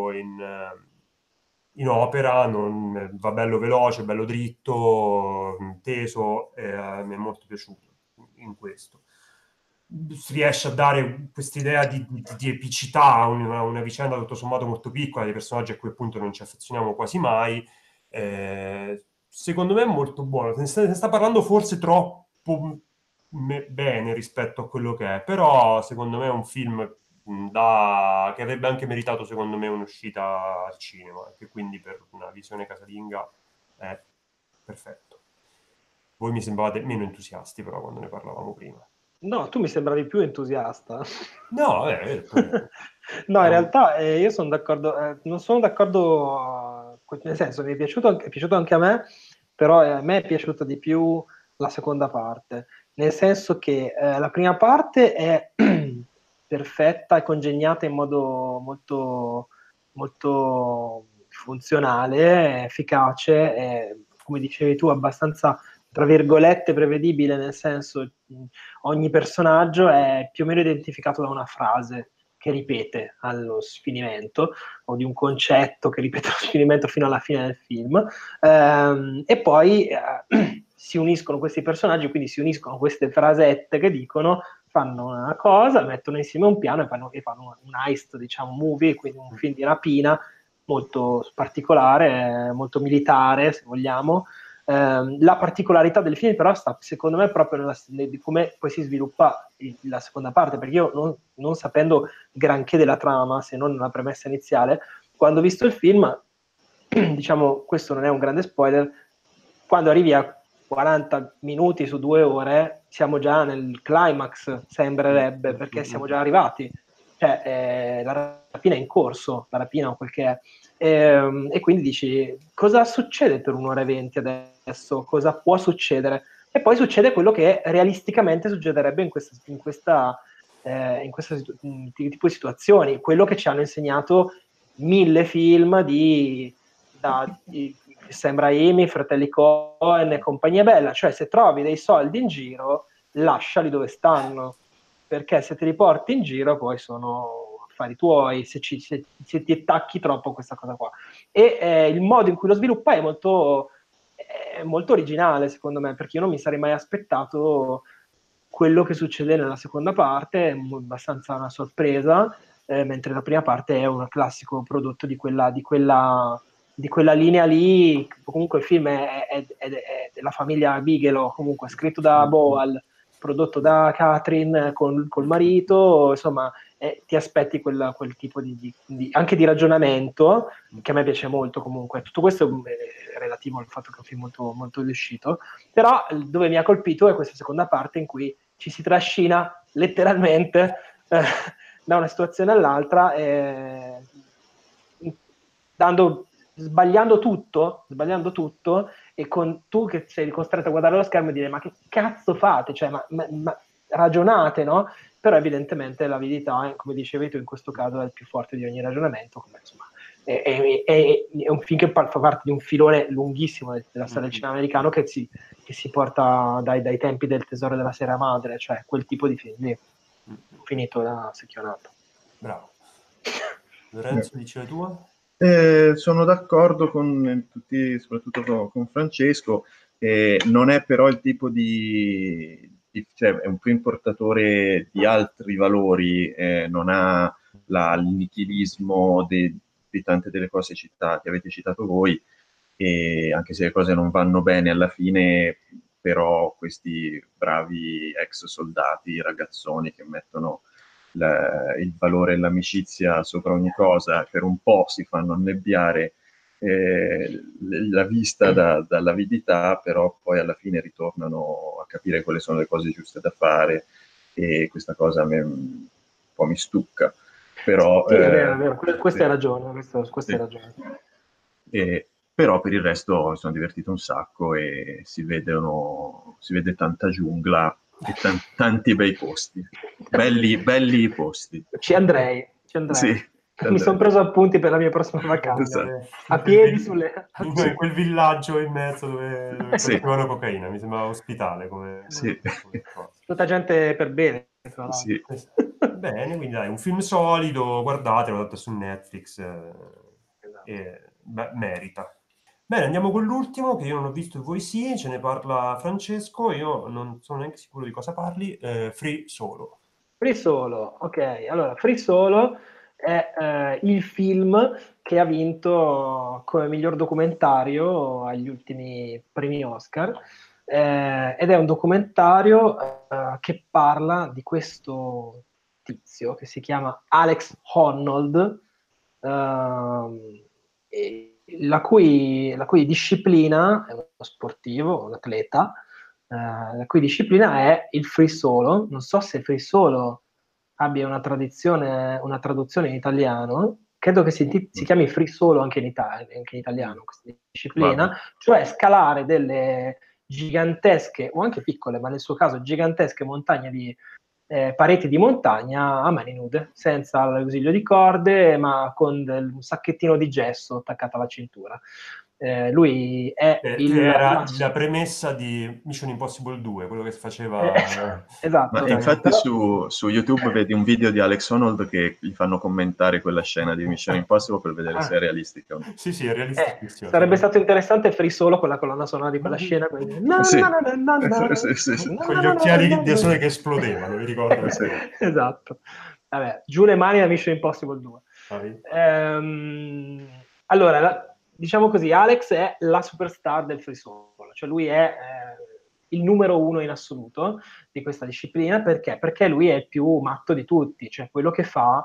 in opera, va bello veloce, bello dritto, teso, mi è molto piaciuto in questo. Si riesce a dare quest'idea di epicità a una vicenda tutto sommato molto piccola, dei personaggi a cui appunto non ci affezioniamo quasi mai. Secondo me è molto buono. Se ne sta parlando forse troppo bene rispetto a quello che è, però secondo me è un film che avrebbe anche meritato secondo me un'uscita al cinema, che quindi per una visione casalinga è perfetto. Voi mi sembravate meno entusiasti però quando ne parlavamo prima. No, tu mi sembravi più entusiasta. No, No, in realtà io sono d'accordo, non sono d'accordo, nel senso mi è piaciuto anche a me, però a me è piaciuta di più la seconda parte, nel senso che la prima parte è perfetta e congegnata in modo molto, molto funzionale, efficace, come dicevi tu, abbastanza, tra virgolette, prevedibile, nel senso ogni personaggio è più o meno identificato da una frase che ripete allo sfinimento, o di un concetto che ripete allo sfinimento fino alla fine del film. E poi si uniscono questi personaggi, quindi si uniscono queste frasette che dicono, fanno una cosa, mettono insieme un piano e fanno un heist, diciamo, movie, quindi un film di rapina molto particolare, molto militare, se vogliamo. La particolarità del film però sta secondo me proprio di come poi si sviluppa la seconda parte, perché io non sapendo granché della trama, se non la premessa iniziale, quando ho visto il film, diciamo, questo non è un grande spoiler, quando arrivi a 40 minuti su 2 ore siamo già nel climax, sembrerebbe, perché siamo già arrivati, cioè la rapina è in corso, la rapina o quel che è. E quindi dici cosa succede per un'ora e 20 adesso, cosa può succedere, e poi succede quello che realisticamente succederebbe in questa tipo di situazioni, quello che ci hanno insegnato 1000 film di Sam Raimi, Fratelli Coen e compagnia bella, cioè se trovi dei soldi in giro lasciali dove stanno, perché se te li porti in giro poi sono affari tuoi, se ti attacchi troppo a questa cosa qua. E il modo in cui lo sviluppa è molto originale, secondo me, perché io non mi sarei mai aspettato quello che succede nella seconda parte, è abbastanza una sorpresa, mentre la prima parte è un classico prodotto di quella linea lì. Comunque il film è della famiglia Bigelow, comunque scritto da Boal, prodotto da Catherine col marito, insomma, ti aspetti quel tipo anche di ragionamento, che a me piace molto comunque. Tutto questo è relativo al fatto che è un film molto, molto riuscito, però dove mi ha colpito è questa seconda parte in cui ci si trascina letteralmente da una situazione all'altra, sbagliando tutto, e tu che sei costretto a guardare lo schermo e dire ma che cazzo fate? Cioè, ma ragionate, no? Però evidentemente l'avidità, come dicevi tu, in questo caso è il più forte di ogni ragionamento, come insomma è un film che fa parte di un filone lunghissimo della storia del cinema americano che si porta dai tempi del Tesoro della Sera Madre, cioè quel tipo di film lì. Finito da secchionato. Bravo. Lorenzo, dici la tua? Sono d'accordo con tutti, soprattutto con Francesco. Non è però il tipo cioè è un film portatore di altri valori, non ha il nichilismo di tante delle cose che avete citato voi, e anche se le cose non vanno bene alla fine, però questi bravi ex soldati, ragazzoni che mettono il valore e l'amicizia sopra ogni cosa, per un po' si fanno annebbiare la vista dall'avidità, però poi alla fine ritornano a capire quali sono le cose giuste da fare, e questa cosa un po' mi stucca. Però, sì, è vero. Questa è ragione. Questa è ragione. Però per il resto mi sono divertito un sacco, e si vede tanta giungla e tanti bei posti, belli posti. Ci andrei. Sì, Mi sono preso appunti per la mia prossima vacanza. Esatto. A piedi in quel villaggio in mezzo dove Sì. facevano cocaina, mi sembra ospitale come Sì. cosa. Tutta gente per bene, tra l'altro. Sì. Bene, quindi dai, un film solido, guardatelo, dato su Netflix, merita. Bene, andiamo con l'ultimo, che io non ho visto e voi sì, ce ne parla Francesco, io non sono neanche sicuro di cosa parli, Free Solo. Free Solo, ok. Allora, Free Solo è il film che ha vinto come miglior documentario agli ultimi premi Oscar, ed è un documentario che parla di questo tizio che si chiama Alex Honnold, la cui disciplina è uno sportivo, un atleta, la cui disciplina è il free solo. Non so se free solo abbia una traduzione in italiano. Credo che si chiami free solo anche in anche in italiano questa disciplina, Guarda. cioè scalare delle gigantesche, o anche piccole, ma nel suo caso gigantesche montagne di pareti di montagna a mani nude, senza l'ausilio di corde, ma con un sacchettino di gesso attaccato alla cintura. Lui è Che era la premessa di Mission Impossible 2, quello che si faceva... esatto. Ma infatti Però- su YouTube vedi un video di Alex Honnold che gli fanno commentare quella scena di Mission Impossible per vedere se è realistica o no. Sì, sì, è realisticissimo. sarebbe stato interessante Free Solo con la colonna sonora di quella scena. Quindi... Sì. Sì. Con gli occhiali di sole che esplodevano, mi ricordo. Sì. Esatto. Vabbè, giù le mani da Mission Impossible 2. Allora, diciamo così, Alex è la superstar del free solo, cioè lui è il numero uno in assoluto di questa disciplina, perché? Perché lui è il più matto di tutti, cioè quello che fa,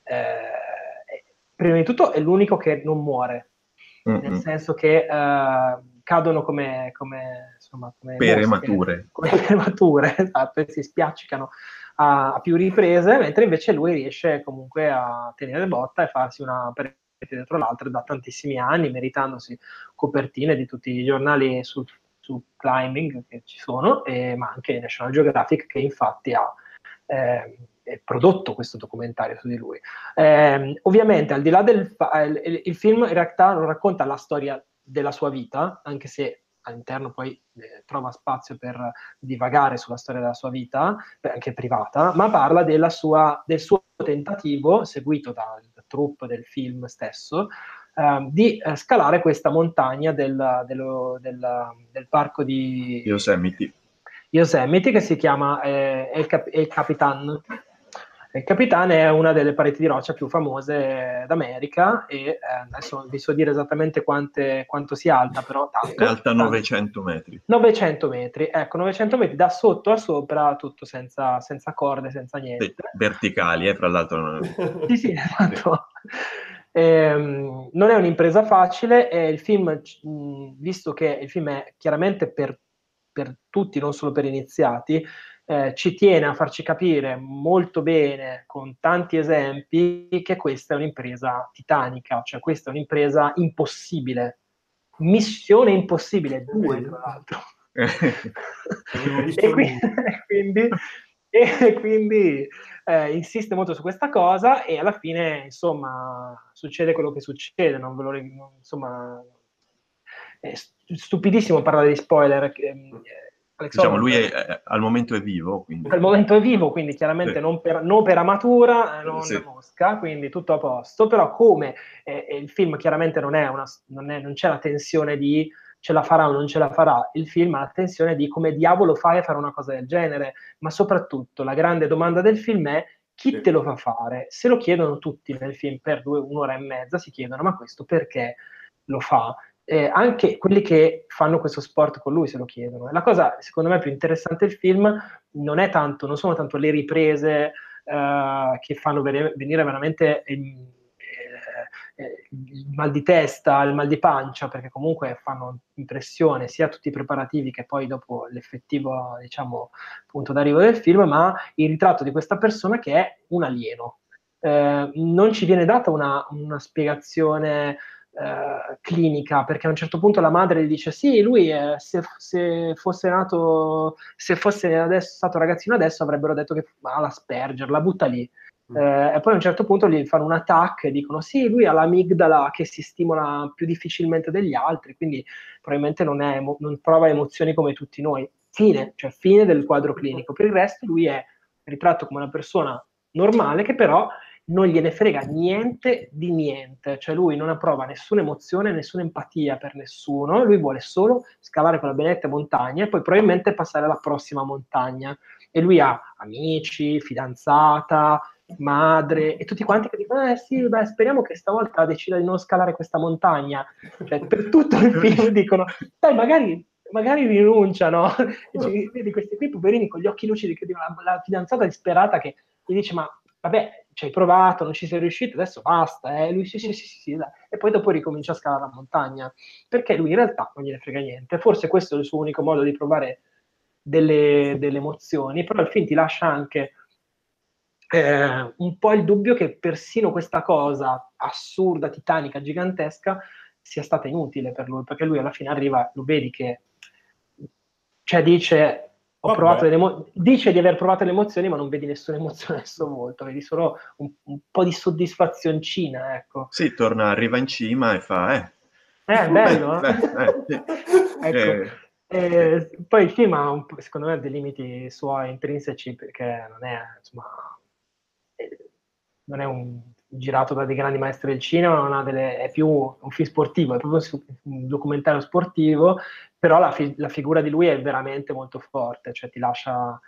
prima di tutto è l'unico che non muore, nel senso che cadono come pere mosche, mature. come pere mature, esatto, e si spiaccicano a più riprese, mentre invece lui riesce comunque a tenere botta e farsi una parete dietro l'altra da tantissimi anni, meritandosi copertine di tutti i giornali su climbing che ci sono, ma anche National Geographic, che infatti ha prodotto questo documentario su di lui. Ovviamente, al di là il film in realtà non racconta la storia della sua vita, anche se all'interno poi trova spazio per divagare sulla storia della sua vita, anche privata, ma parla del suo tentativo, seguito dal troupe del film stesso, di scalare questa montagna del parco di Yosemite, che si chiama El Capitan. Il Capitan è una delle pareti di roccia più famose d'America e adesso non vi so dire esattamente quanto sia alta, però tanto. È alta 900 metri. 900 metri, ecco, 900 metri da sotto a sopra, tutto senza corde, senza niente. Sì, verticali, fra l'altro. Sì, esatto. Non è un'impresa facile e il film, visto che il film è chiaramente per tutti, non solo per iniziati, ci tiene a farci capire molto bene, con tanti esempi, che questa è un'impresa titanica, cioè questa è un'impresa impossibile. Missione impossibile 2, tra l'altro. e quindi insiste molto su questa cosa e alla fine, insomma, succede quello che succede. Non ve lo insomma, è stupidissimo parlare di spoiler. Diciamo, lui al momento è vivo. Quindi... Al momento è vivo, quindi chiaramente sì. non per amatura, non sì. mosca, quindi tutto a posto. Però come il film chiaramente non c'è la tensione di ce la farà o non ce la farà, il film ha la tensione di come diavolo fai a fare una cosa del genere, ma soprattutto la grande domanda del film è chi te lo fa fare? Se lo chiedono tutti nel film per 1 ora e mezza, si chiedono ma questo perché lo fa? Anche quelli che fanno questo sport con lui se lo chiedono. E la cosa, secondo me, più interessante del film non sono tanto le riprese che fanno venire veramente il mal di testa, il mal di pancia, perché comunque fanno impressione sia tutti i preparativi che poi dopo l'effettivo, diciamo, punto d'arrivo del film, ma il ritratto di questa persona che è un alieno. Non ci viene data una spiegazione clinica, perché a un certo punto la madre gli dice sì, lui se fosse adesso, stato ragazzino adesso avrebbero detto che ha l'Asperger, la butta lì. E poi a un certo punto gli fanno un attacco e dicono sì, lui ha l'amigdala che si stimola più difficilmente degli altri, quindi probabilmente non prova emozioni come tutti noi. Fine del quadro clinico. Per il resto lui è ritratto come una persona normale che però non gliene frega niente di niente, cioè lui non prova nessuna emozione, nessuna empatia per nessuno, lui vuole solo scalare quella benedetta montagna e poi probabilmente passare alla prossima montagna. E lui ha amici, fidanzata, madre e tutti quanti che dicono sì, beh, speriamo che stavolta decida di non scalare questa montagna. Cioè, per tutto il film dicono dai, magari rinunciano. Vedi questi qui poverini con gli occhi lucidi che dicono la fidanzata disperata che gli dice ma vabbè, ci hai provato, non ci sei riuscito, adesso basta. Lui sì, dai. E poi dopo ricomincia a scalare la montagna, perché lui in realtà non gliene frega niente. Forse questo è il suo unico modo di provare delle emozioni, però il film ti lascia anche un po' il dubbio che persino questa cosa assurda, titanica, gigantesca sia stata inutile per lui, perché lui alla fine arriva, lo vedi che cioè dice di aver provato le emozioni, ma non vedi nessuna emozione nel suo volto, vedi solo un po' di soddisfazioncina, ecco. Sì, arriva in cima e fa, È bello, sì. Ecco. Poi il film ha secondo me dei limiti suoi intrinseci, perché non è, insomma, non è girato da dei grandi maestri del cinema, è più un film sportivo, è proprio un documentario sportivo, però la figura di lui è veramente molto forte, cioè ti lascia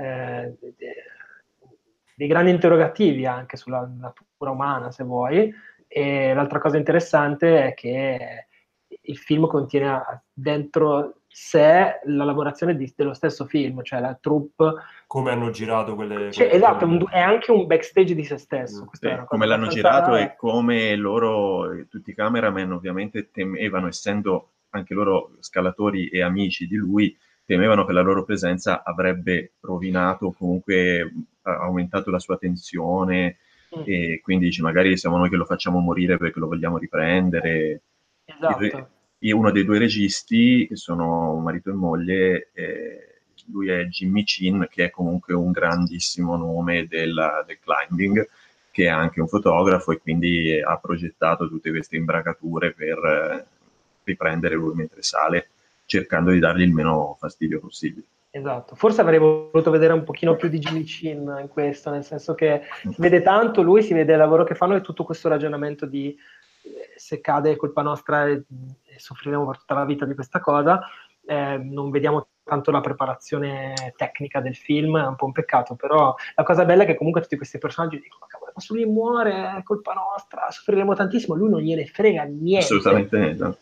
dei grandi interrogativi anche sulla natura umana, se vuoi. E l'altra cosa interessante è che il film contiene dentro sé la lavorazione dello stesso film, cioè la troupe. Come hanno girato quelle... Esatto, è anche un backstage di se stesso. Questa è una cosa come l'hanno abbastanza girato rara. e come loro, tutti i cameraman ovviamente temevano, essendo anche loro scalatori e amici di lui, temevano che la loro presenza avrebbe rovinato o comunque aumentato la sua tensione, e quindi dice magari siamo noi che lo facciamo morire perché lo vogliamo riprendere. Esatto. Uno dei due registi, che sono marito e moglie, lui è Jimmy Chin, che è comunque un grandissimo nome del climbing, che è anche un fotografo e quindi ha progettato tutte queste imbracature per riprendere lui mentre sale, cercando di dargli il meno fastidio possibile. Esatto, forse avrei voluto vedere un pochino più di Jimmy Chin in questo, nel senso che si vede tanto lui, si vede il lavoro che fanno e tutto questo ragionamento di se cade è colpa nostra e soffriremo per tutta la vita di questa cosa. Non vediamo tanto la preparazione tecnica del film, è un po' un peccato, però la cosa bella è che comunque tutti questi personaggi dicono cavolo, ma se lui muore è colpa nostra, soffriremo tantissimo, lui non gliene frega niente. Assolutamente niente.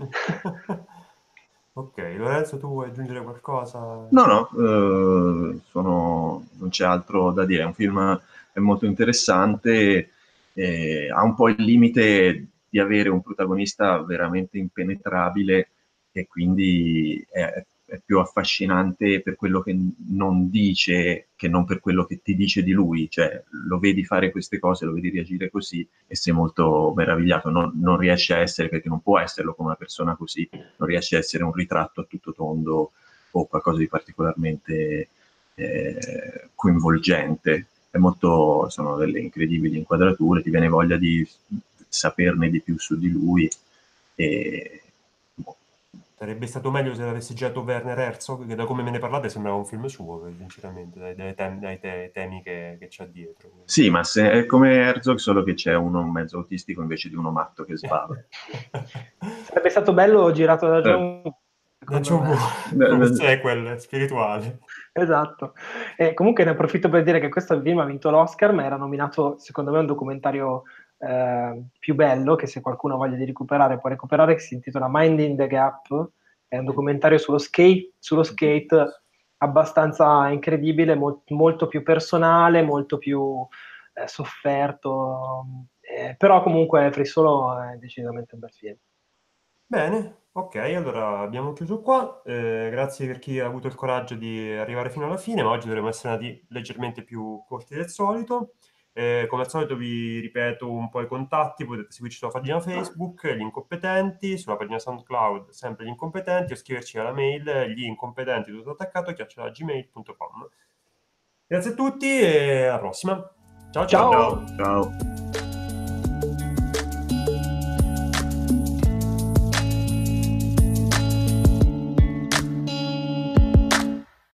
Ok, Lorenzo, tu vuoi aggiungere qualcosa? No, non c'è altro da dire, è un film è molto interessante, ha un po' il limite di avere un protagonista veramente impenetrabile e quindi è più affascinante per quello che non dice che non per quello che ti dice di lui, cioè lo vedi fare queste cose, lo vedi reagire così e sei molto meravigliato, non riesce a essere, perché non può esserlo come una persona così, non riesce a essere un ritratto a tutto tondo o qualcosa di particolarmente coinvolgente. Sono delle incredibili inquadrature, ti viene voglia di saperne di più su di lui. Sarebbe stato meglio se l'avesse girato Werner Herzog, che da come me ne parlate sembrava un film suo, sinceramente, dai temi che c'ha dietro. Sì, ma è come Herzog, solo che c'è uno mezzo autistico invece di uno matto che sbava. Sarebbe stato bello girato da John un sequel spirituale. Esatto. Comunque ne approfitto per dire che questo film ha vinto l'Oscar, ma era nominato, secondo me, un documentario più bello, che se qualcuno ha voglia di recuperare può recuperare, che si intitola Minding the Gap. È un documentario sullo skate abbastanza incredibile, molto più personale, molto più sofferto, però comunque Free Solo è decisamente un bel film. Bene, ok, allora abbiamo chiuso qua. Grazie per chi ha avuto il coraggio di arrivare fino alla fine, ma oggi dovremmo essere andati leggermente più corti del solito. Come al solito vi ripeto un po' i contatti, potete seguirci sulla pagina Facebook, Gli Incompetenti, sulla pagina SoundCloud, sempre Gli Incompetenti, o scriverci alla mail glincompetenti tutto attaccato @gmail.com. Grazie a tutti e alla prossima. Ciao ciao! Ciao.